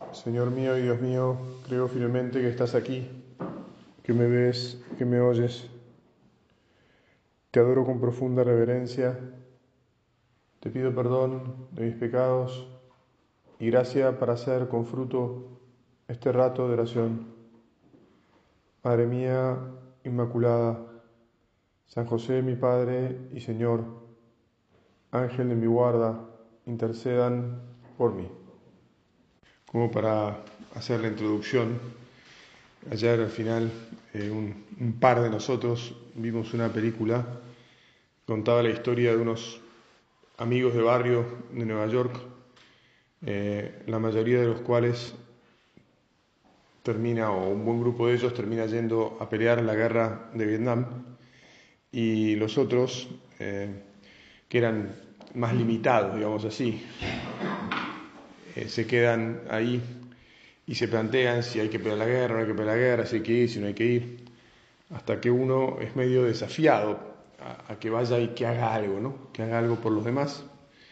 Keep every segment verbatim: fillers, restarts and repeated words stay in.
Señor mío y Dios mío, creo firmemente que estás aquí, que me ves, que me oyes. Te adoro con profunda reverencia. Te pido perdón de mis pecados y gracia para hacer con fruto este rato de oración. Madre mía Inmaculada, San José mi Padre y Señor, Ángel de mi guarda, intercedan por mí. Como para hacer la introducción, ayer al final eh, un, un par de nosotros vimos una película, contaba la historia de unos amigos de barrio de Nueva York, eh, la mayoría de los cuales termina, o un buen grupo de ellos termina yendo a pelear en la guerra de Vietnam, y los otros, eh, que eran más limitados, digamos así, eh, se quedan ahí y se plantean si hay que pelear la guerra, no hay que pelear la guerra, si hay que ir, si no hay que ir, hasta que uno es medio desafiado a, a que vaya y que haga algo, ¿no? Que haga algo por los demás.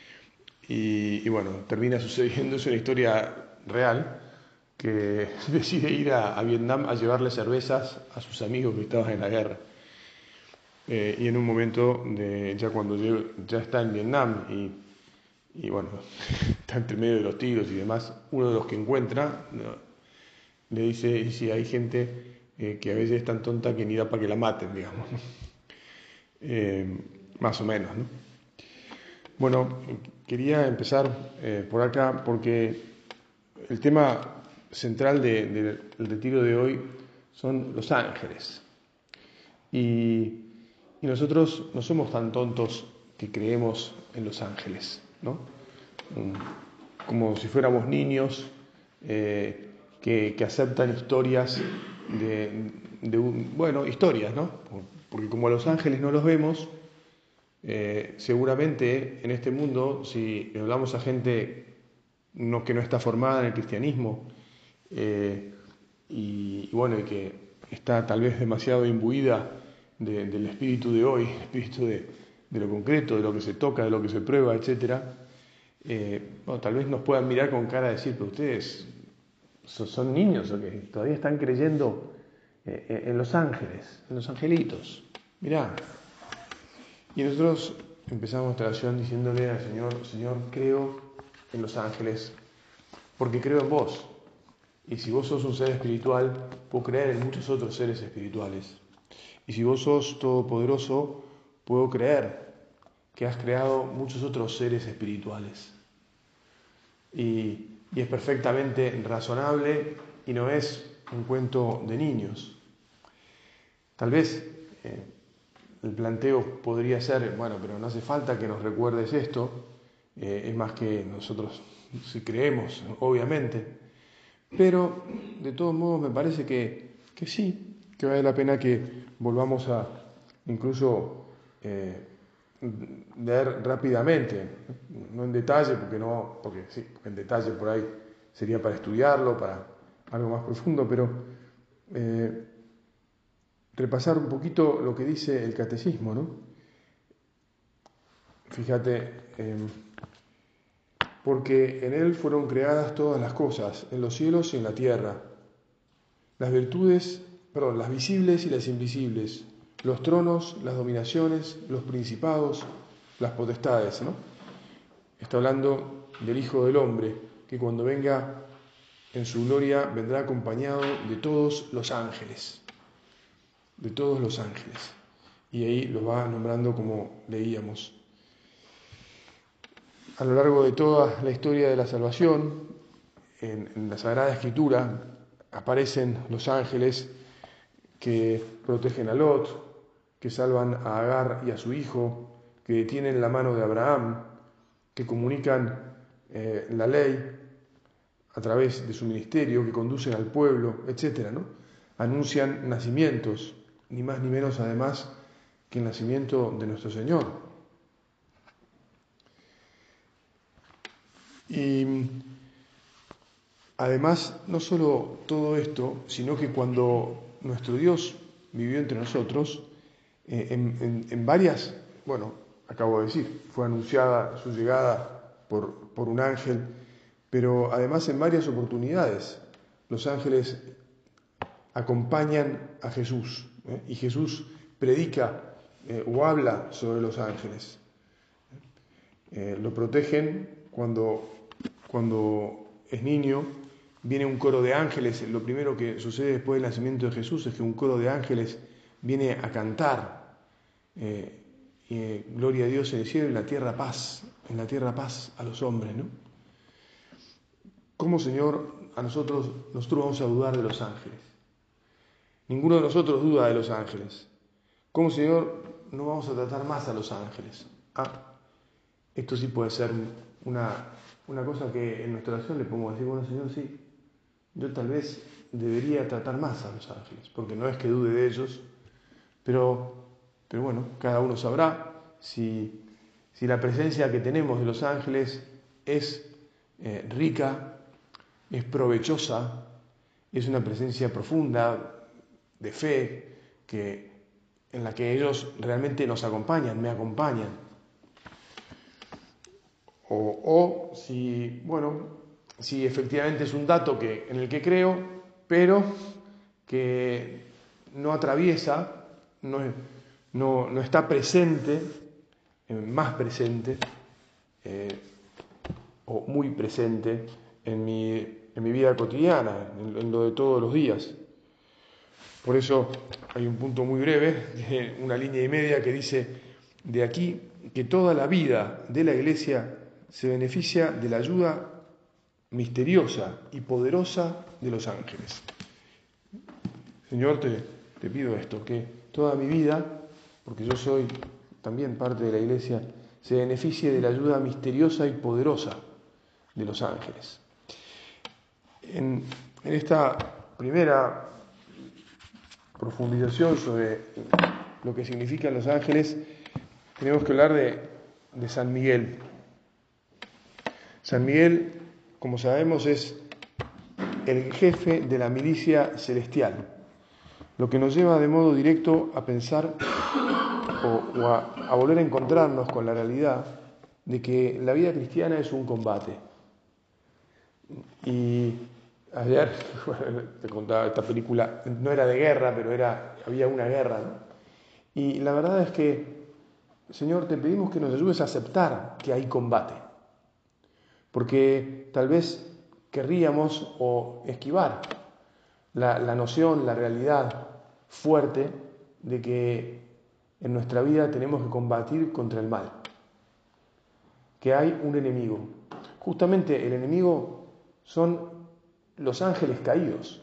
Y, y bueno, termina sucediendo, es una historia real, que decide ir a, a Vietnam a llevarle cervezas a sus amigos que estaban en la guerra. Eh, y en un momento, de, ya cuando ya está en Vietnam y, y bueno, está entre medio de los tiros y demás, uno de los que encuentra, ¿no?, le dice si hay gente eh, que a veces es tan tonta que ni da para que la maten, digamos, ¿no? Eh, más o menos, ¿no? Bueno, quería empezar eh, por acá porque el tema central de, de, del retiro de hoy son los ángeles. Y, y nosotros no somos tan tontos que creemos en los ángeles, ¿no? Como si fuéramos niños eh, que, que aceptan historias de, de un, bueno, historias, ¿no? Porque como a los ángeles no los vemos, eh, seguramente en este mundo, si hablamos a gente no, que no está formada en el cristianismo, eh, y, y bueno, y que está tal vez demasiado imbuida de, del espíritu de hoy, el espíritu de, de lo concreto, de lo que se toca, de lo que se prueba, etcétera, eh, bueno, tal vez nos puedan mirar con cara de decir, pero ustedes son, son niños o que todavía están creyendo eh, en los ángeles, en los angelitos. Mirá. Y nosotros empezamos nuestra oración diciéndole al Señor, Señor, creo en los ángeles porque creo en vos. Y si vos sos un ser espiritual, puedo creer en muchos otros seres espirituales. Y si vos sos todopoderoso, puedo creer que has creado muchos otros seres espirituales. Y, y es perfectamente razonable y no es un cuento de niños. Tal vez eh, el planteo podría ser, bueno, pero no hace falta que nos recuerdes esto, eh, es más que nosotros si creemos, obviamente, pero de todos modos me parece que, que sí, que vale la pena que volvamos a incluso eh, leer rápidamente, no en detalle, porque no, porque sí, en detalle por ahí sería para estudiarlo, para algo más profundo, pero eh, repasar un poquito lo que dice el catecismo, ¿no? Fíjate, eh, porque en él fueron creadas todas las cosas, en los cielos y en la tierra, las virtudes, perdón, las visibles y las invisibles, los tronos, las dominaciones, los principados, las potestades, ¿no? Está hablando del Hijo del Hombre, que cuando venga en su gloria vendrá acompañado de todos los ángeles, de todos los ángeles. Y ahí los va nombrando como leíamos. A lo largo de toda la historia de la salvación, en, en la Sagrada Escritura, aparecen los ángeles que protegen a Lot, que salvan a Agar y a su hijo, que detienen la mano de Abraham, que comunican eh, la ley a través de su ministerio, que conducen al pueblo, etcétera, ¿no? Anuncian nacimientos, ni más ni menos además que el nacimiento de nuestro Señor. Y además, no solo todo esto, sino que cuando nuestro Dios vivió entre nosotros, eh, en, en, en varias, bueno, acabo de decir, fue anunciada su llegada por, por un ángel pero además en varias oportunidades los ángeles acompañan a Jesús, ¿eh? y Jesús predica eh, o habla sobre los ángeles. Eh, lo protegen cuando, cuando es niño, viene un coro de ángeles. Lo primero que sucede después del nacimiento de Jesús es que un coro de ángeles viene a cantar eh, eh, gloria a Dios en el cielo y en la tierra paz, en la tierra paz a los hombres, ¿no? ¿Cómo, Señor, a nosotros, nosotros vamos a dudar de los ángeles? Ninguno de nosotros duda de los ángeles. ¿Cómo, Señor, no vamos a tratar más a los ángeles? Ah, esto sí puede ser una, una cosa que en nuestra oración le podemos decir, bueno, Señor, sí, yo tal vez debería tratar más a los ángeles, porque no es que dude de ellos, pero, pero bueno, cada uno sabrá si, si la presencia que tenemos de los ángeles es eh, rica, es provechosa, es una presencia profunda de fe, que, en la que ellos realmente nos acompañan, me acompañan. O, o si, bueno, si efectivamente es un dato que, en el que creo, pero que no atraviesa, no, no, no está presente, eh, más presente, eh, o muy presente en mi, en mi vida cotidiana, en, en lo de todos los días. Por eso hay un punto muy breve, de una línea y media, que dice de aquí que toda la vida de la Iglesia se beneficia de la ayuda misteriosa y poderosa de los ángeles. Señor, te, te pido esto, que toda mi vida, porque yo soy también parte de la Iglesia, se beneficie de la ayuda misteriosa y poderosa de los ángeles. En, en esta primera profundización sobre lo que significan los ángeles, tenemos que hablar de, de San Miguel. San Miguel, como sabemos, es el jefe de la milicia celestial, lo que nos lleva de modo directo a pensar o, o a, a volver a encontrarnos con la realidad de que la vida cristiana es un combate. Y ayer, bueno, te contaba, esta película no era de guerra, pero era, había una guerra, ¿no? Y la verdad es que, Señor, te pedimos que nos ayudes a aceptar que hay combate, porque tal vez querríamos o esquivar la, la noción, la realidad fuerte de que en nuestra vida tenemos que combatir contra el mal, que hay un enemigo. Justamente el enemigo son los ángeles caídos.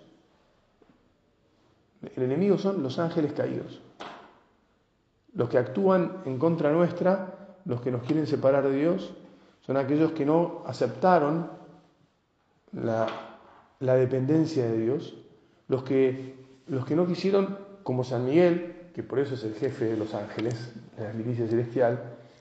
El enemigo son los ángeles caídos. Los que actúan en contra nuestra, los que nos quieren separar de Dios, son aquellos que no aceptaron la, la dependencia de Dios, los que, los que no quisieron, como San Miguel, que por eso es el jefe de los ángeles, de la milicia celestial,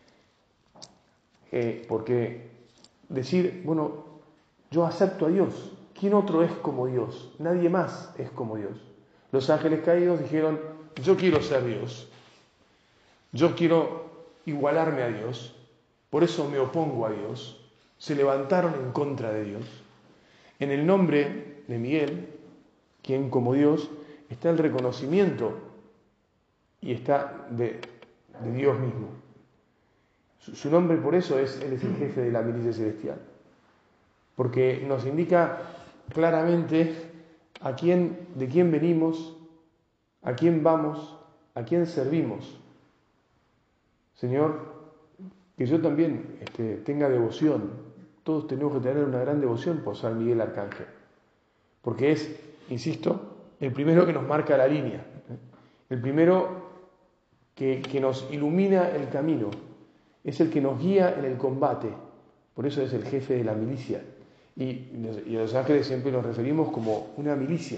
eh, porque decir, bueno, yo acepto a Dios, ¿quién otro es como Dios? Nadie más es como Dios. Los ángeles caídos dijeron, yo quiero ser Dios, yo quiero igualarme a Dios, por eso me opongo a Dios. Se levantaron en contra de Dios. En el nombre de Miguel, quien como Dios, está el reconocimiento y está de, de Dios mismo. Su, su nombre por eso es, él es el jefe de la milicia celestial, porque nos indica claramente a quién, de quién venimos, a quién vamos, a quién servimos. Señor, que yo también este, tenga devoción. Todos tenemos que tener una gran devoción por San Miguel Arcángel, porque es, insisto, el primero que nos marca la línea, ¿eh? El primero que, que nos ilumina el camino, es el que nos guía en el combate, por eso es el jefe de la milicia. Y, y a los ángeles siempre nos referimos como una milicia.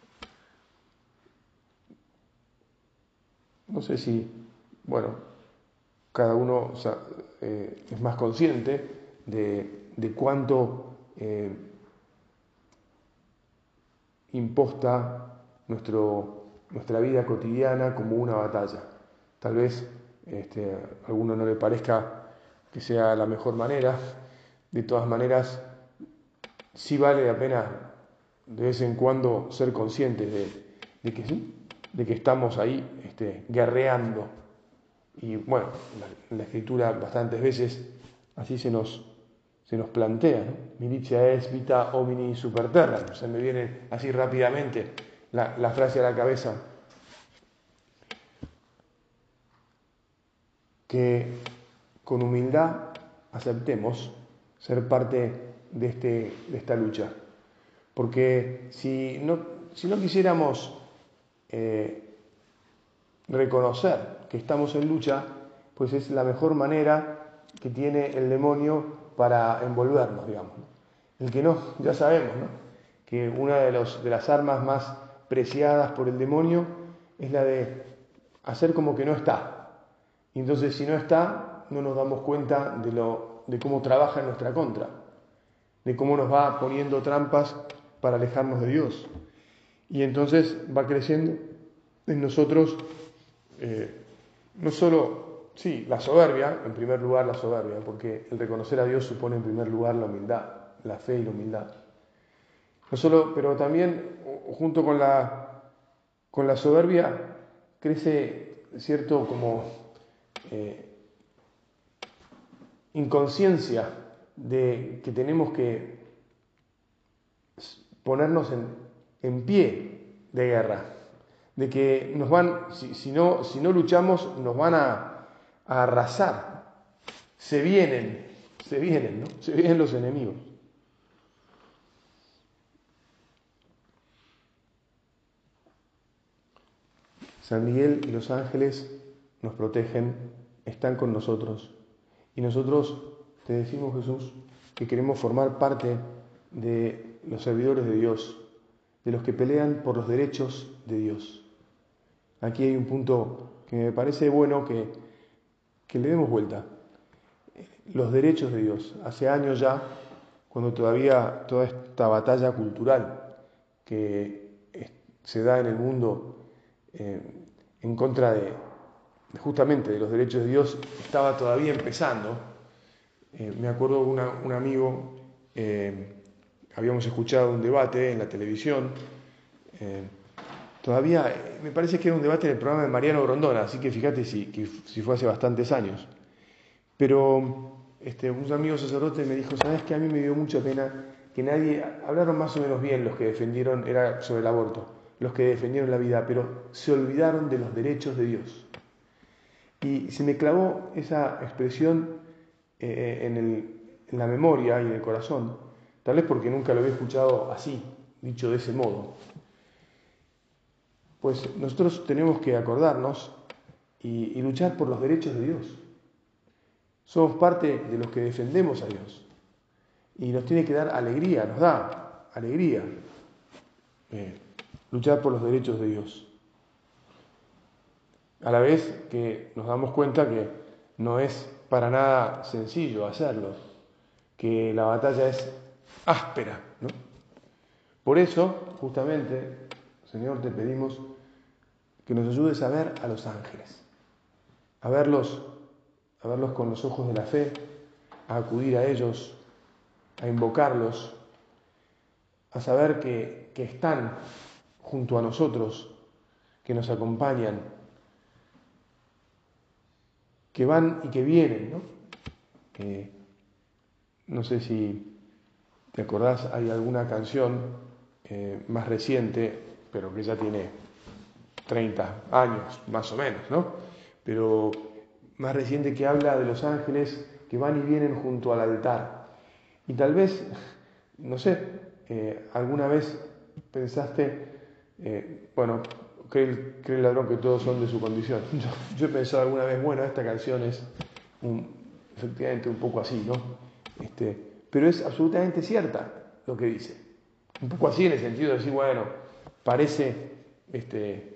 No sé si, bueno, cada uno o sea, eh, es más consciente de, de cuánto eh, imposta nuestro, nuestra vida cotidiana como una batalla. Tal vez este, a alguno no le parezca que sea la mejor manera. De todas maneras, sí vale la pena de vez en cuando ser conscientes de, de que sí, de que estamos ahí este, guerreando. Y bueno, en la Escritura bastantes veces así se nos, se nos plantea, ¿no? Militia es vita homini super terra. Se me viene así rápidamente la, la frase a la cabeza. Que con humildad aceptemos ser parte de, este, de esta lucha. Porque si no, si no quisiéramos eh, reconocer que estamos en lucha, pues es la mejor manera que tiene el demonio para envolvernos, digamos. El que no, ya sabemos, ¿no?, que una de, los, de las armas más preciadas por el demonio es la de hacer como que no está. Y entonces, si no está, no nos damos cuenta de, lo, de cómo trabaja en nuestra contra, de cómo nos va poniendo trampas para alejarnos de Dios. Y entonces va creciendo en nosotros eh, no solo, sí, la soberbia, en primer lugar la soberbia, porque el reconocer a Dios supone en primer lugar la humildad, la fe y la humildad. No solo, pero también junto con la, con la soberbia crece cierto como eh, inconsciencia de que tenemos que ponernos en, en pie de guerra, de que nos van, si, si, no, si no luchamos, nos van a, a arrasar. Se vienen, se vienen, ¿no? Se vienen los enemigos. San Miguel y los ángeles nos protegen, están con nosotros. Y nosotros te decimos, Jesús, que queremos formar parte de los servidores de Dios, de los que pelean por los derechos de Dios. Aquí hay un punto que me parece bueno que, que le demos vuelta. Los derechos de Dios. Hace años ya, cuando todavía toda esta batalla cultural que se da en el mundo eh, en contra de justamente de los derechos de Dios estaba todavía empezando. Eh, me acuerdo de una, un amigo, eh, habíamos escuchado un debate en la televisión. Eh, Todavía, eh, me parece que era un debate en el programa de Mariano Grondona, así que fíjate si, que, si fue hace bastantes años. Pero este, un amigo sacerdote me dijo, ¿sabes qué? A mí me dio mucha pena que nadie, hablaron más o menos bien los que defendieron, era sobre el aborto, los que defendieron la vida, pero se olvidaron de los derechos de Dios. Y se me clavó esa expresión eh, en, el, en la memoria y en el corazón, tal vez porque nunca lo había escuchado así, dicho de ese modo. Pues nosotros tenemos que acordarnos y, y luchar por los derechos de Dios. Somos parte de los que defendemos a Dios. Y nos tiene que dar alegría, nos da alegría eh, luchar por los derechos de Dios. A la vez que nos damos cuenta que no es para nada sencillo hacerlo, que la batalla es áspera, ¿no? Por eso, justamente, Señor, te pedimos que nos ayudes a ver a los ángeles, a verlos, a verlos con los ojos de la fe, a acudir a ellos, a invocarlos, a saber que, que están junto a nosotros, que nos acompañan, que van y que vienen, ¿no? Eh, no sé si te acordás, hay alguna canción eh, más reciente, pero que ya tiene treinta años, más o menos, ¿no? Pero más reciente, que habla de los ángeles que van y vienen junto al altar. Y tal vez, no sé, eh, alguna vez pensaste, eh, bueno, cree el, cree el ladrón que todos son de su condición. Yo, yo he pensado alguna vez, bueno, esta canción es un, efectivamente un poco así, ¿no? Este, pero es absolutamente cierta lo que dice. Un poco así en el sentido de decir, bueno, parece este,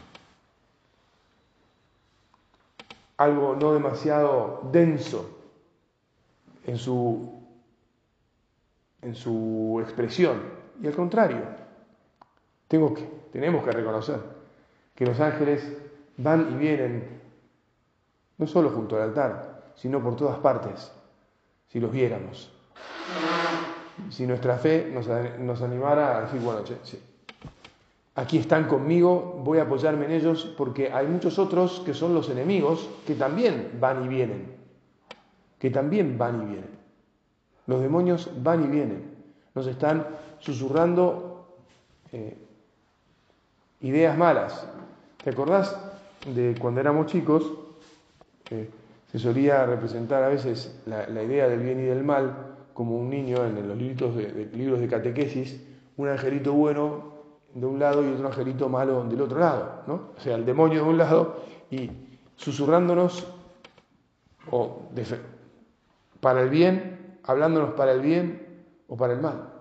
algo no demasiado denso en su, en su expresión. Y al contrario, tengo que, tenemos que reconocer que los ángeles van y vienen, no solo junto al altar, sino por todas partes, si los viéramos. si nuestra fe nos, nos animara a decir, bueno, che, sí, aquí están conmigo, voy a apoyarme en ellos, porque hay muchos otros que son los enemigos que también van y vienen, que también van y vienen. Los demonios van y vienen, nos están susurrando eh, ideas malas. ¿Te acordás de cuando éramos chicos? Eh, se solía representar a veces la, la idea del bien y del mal como un niño en los libros de, de, libros de catequesis, un angelito bueno de un lado y otro angelito malo del otro lado, ¿no? O sea, el demonio de un lado y susurrándonos o de, para el bien, hablándonos para el bien o para el mal.